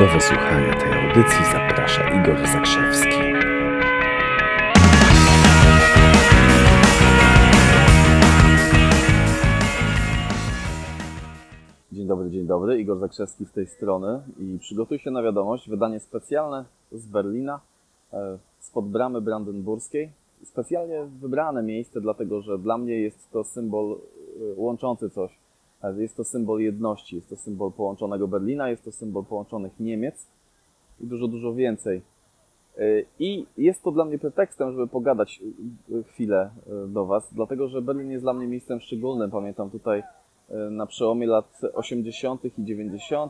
Do wysłuchania tej audycji zaprasza Igor Zakrzewski. Dzień dobry, Igor Zakrzewski z tej strony i przygotuj się na wiadomość, wydanie specjalne z Berlina, spod bramy brandenburskiej. Specjalnie wybrane miejsce, dlatego że dla mnie jest to symbol łączący coś. Jest to symbol jedności, jest to symbol połączonego Berlina, jest to symbol połączonych Niemiec i dużo więcej. I jest to dla mnie pretekstem, żeby pogadać chwilę do Was, dlatego że Berlin jest dla mnie miejscem szczególnym. Pamiętam tutaj na przełomie lat 80. i 90.,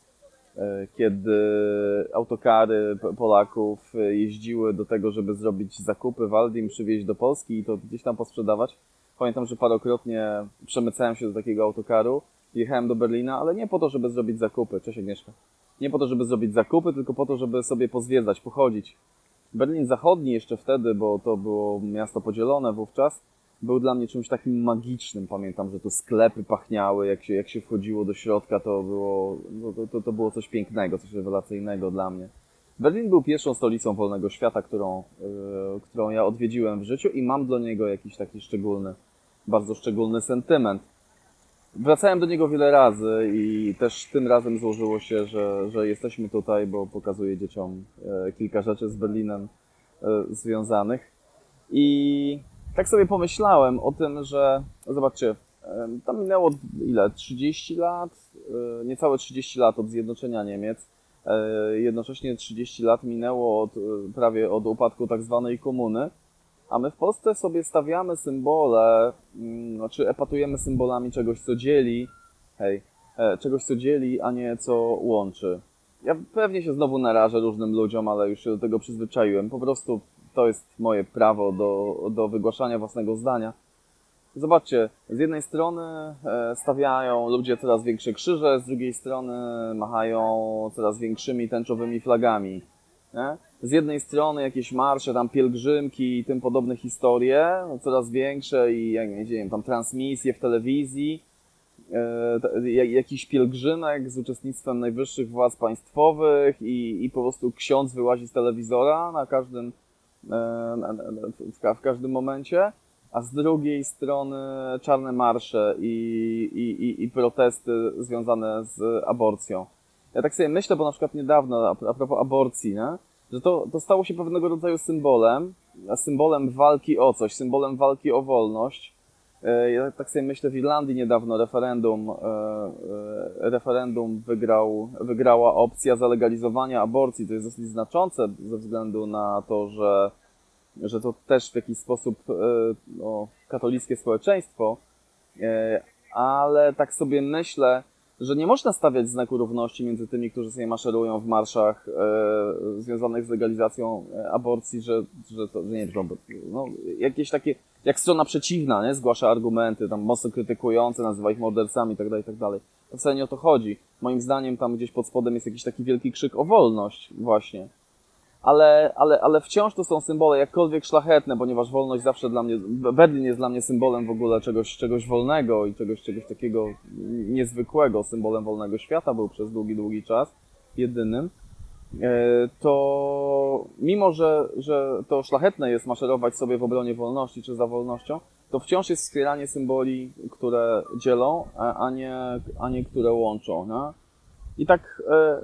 kiedy autokary Polaków jeździły do tego, żeby zrobić zakupy w Aldim, przywieźć do Polski i to gdzieś tam posprzedawać. Pamiętam, że parokrotnie przemycałem się do takiego autokaru, jechałem do Berlina, ale nie po to, żeby zrobić zakupy. Cześć Agnieszka. Nie po to, żeby zrobić zakupy, tylko po to, żeby sobie pozwiedzać, pochodzić. Berlin Zachodni jeszcze wtedy, bo to było miasto podzielone wówczas, był dla mnie czymś takim magicznym. Pamiętam, że tu sklepy pachniały, jak się wchodziło do środka, to było coś pięknego, coś rewelacyjnego dla mnie. Berlin był pierwszą stolicą wolnego świata, którą ja odwiedziłem w życiu i mam do niego jakiś taki bardzo szczególny sentyment. Wracałem do niego wiele razy i też tym razem złożyło się, że jesteśmy tutaj, bo pokazuję dzieciom kilka rzeczy z Berlinem związanych. I tak sobie pomyślałem o tym, że zobaczcie, tam minęło 30 lat, niecałe 30 lat od zjednoczenia Niemiec. Jednocześnie 30 lat minęło prawie od upadku tak zwanej komuny, a my w Polsce sobie stawiamy symbole, czy epatujemy symbolami czegoś, co dzieli, czegoś, co dzieli, a nie co łączy. Ja pewnie się znowu narażę różnym ludziom, ale już się do tego przyzwyczaiłem. Po prostu to jest moje prawo do wygłaszania własnego zdania. Zobaczcie, z jednej strony stawiają ludzie coraz większe krzyże, z drugiej strony machają coraz większymi tęczowymi flagami. Nie? Z jednej strony jakieś marsze, tam pielgrzymki i tym podobne historie, coraz większe i nie wiem, tam transmisje w telewizji, jakiś pielgrzymek z uczestnictwem najwyższych władz państwowych i po prostu ksiądz wyłazi z telewizora w każdym momencie. A z drugiej strony czarne marsze i protesty związane z aborcją. Ja tak sobie myślę, bo na przykład niedawno, a propos aborcji, nie? Że to stało się pewnego rodzaju symbolem walki o coś, symbolem walki o wolność. Ja tak sobie myślę, w Irlandii niedawno referendum wygrała opcja zalegalizowania aborcji. To jest dosyć znaczące ze względu na to, że to też w jakiś sposób katolickie społeczeństwo, ale tak sobie myślę, że nie można stawiać znaku równości między tymi, którzy sobie maszerują w marszach związanych z legalizacją aborcji, że nie wiem, jakieś takie, jak strona przeciwna, nie, zgłasza argumenty, tam mocno krytykujące, nazywa ich mordercami itd. To wcale nie o to chodzi. Moim zdaniem tam gdzieś pod spodem jest jakiś taki wielki krzyk o wolność właśnie. Ale wciąż to są symbole jakkolwiek szlachetne, ponieważ wolność zawsze dla mnie, Berlin jest dla mnie symbolem w ogóle czegoś wolnego i czegoś takiego niezwykłego. Symbolem wolnego świata był przez długi czas, jedynym. To mimo, że to szlachetne jest maszerować sobie w obronie wolności czy za wolnością, to wciąż jest wspieranie symboli, które dzielą, a nie które łączą. Nie? I tak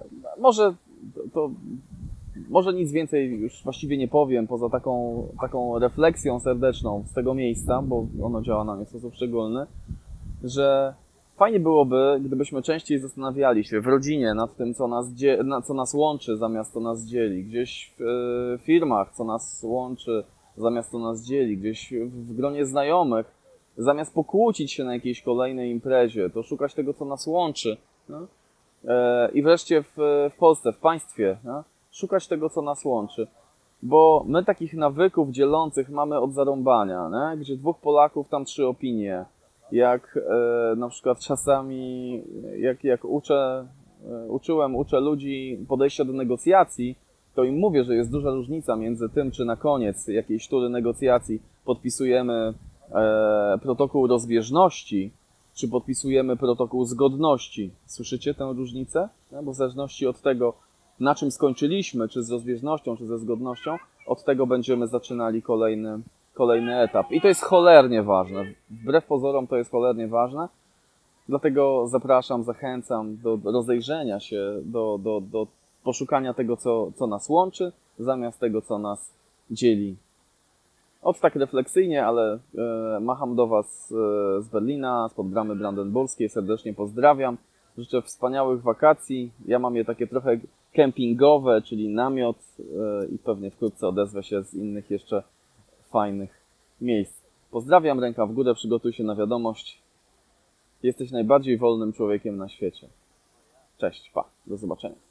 może nic więcej już właściwie nie powiem, poza taką refleksją serdeczną z tego miejsca, bo ono działa na mnie w sposób szczególny, że fajnie byłoby, gdybyśmy częściej zastanawiali się w rodzinie nad tym, co nas łączy, zamiast co nas dzieli, gdzieś w firmach, co nas łączy, zamiast co nas dzieli, gdzieś w gronie znajomych, zamiast pokłócić się na jakiejś kolejnej imprezie, to szukać tego, co nas łączy. No? I wreszcie w Polsce, w państwie, no? Szukać tego, co nas łączy. Bo my takich nawyków dzielących mamy od zarąbania, nie? Gdzie dwóch Polaków, tam 3 opinie. Jak na przykład czasami, jak uczę ludzi podejścia do negocjacji, to im mówię, że jest duża różnica między tym, czy na koniec jakiejś tury negocjacji podpisujemy protokół rozbieżności, czy podpisujemy protokół zgodności. Słyszycie tę różnicę? Bo w zależności od tego, na czym skończyliśmy, czy z rozbieżnością, czy ze zgodnością, od tego będziemy zaczynali kolejny etap. I to jest cholernie ważne. Wbrew pozorom to jest cholernie ważne. Dlatego zapraszam, zachęcam do rozejrzenia się, do poszukania tego, co nas łączy, zamiast tego, co nas dzieli. Od tak refleksyjnie, ale macham do Was z Berlina, spod bramy brandenburskiej. Serdecznie pozdrawiam. Życzę wspaniałych wakacji. Ja mam je takie trochę kempingowe, czyli namiot i pewnie wkrótce odezwę się z innych jeszcze fajnych miejsc. Pozdrawiam, ręka w górę, przygotuj się na wiadomość. Jesteś najbardziej wolnym człowiekiem na świecie. Cześć, pa, do zobaczenia.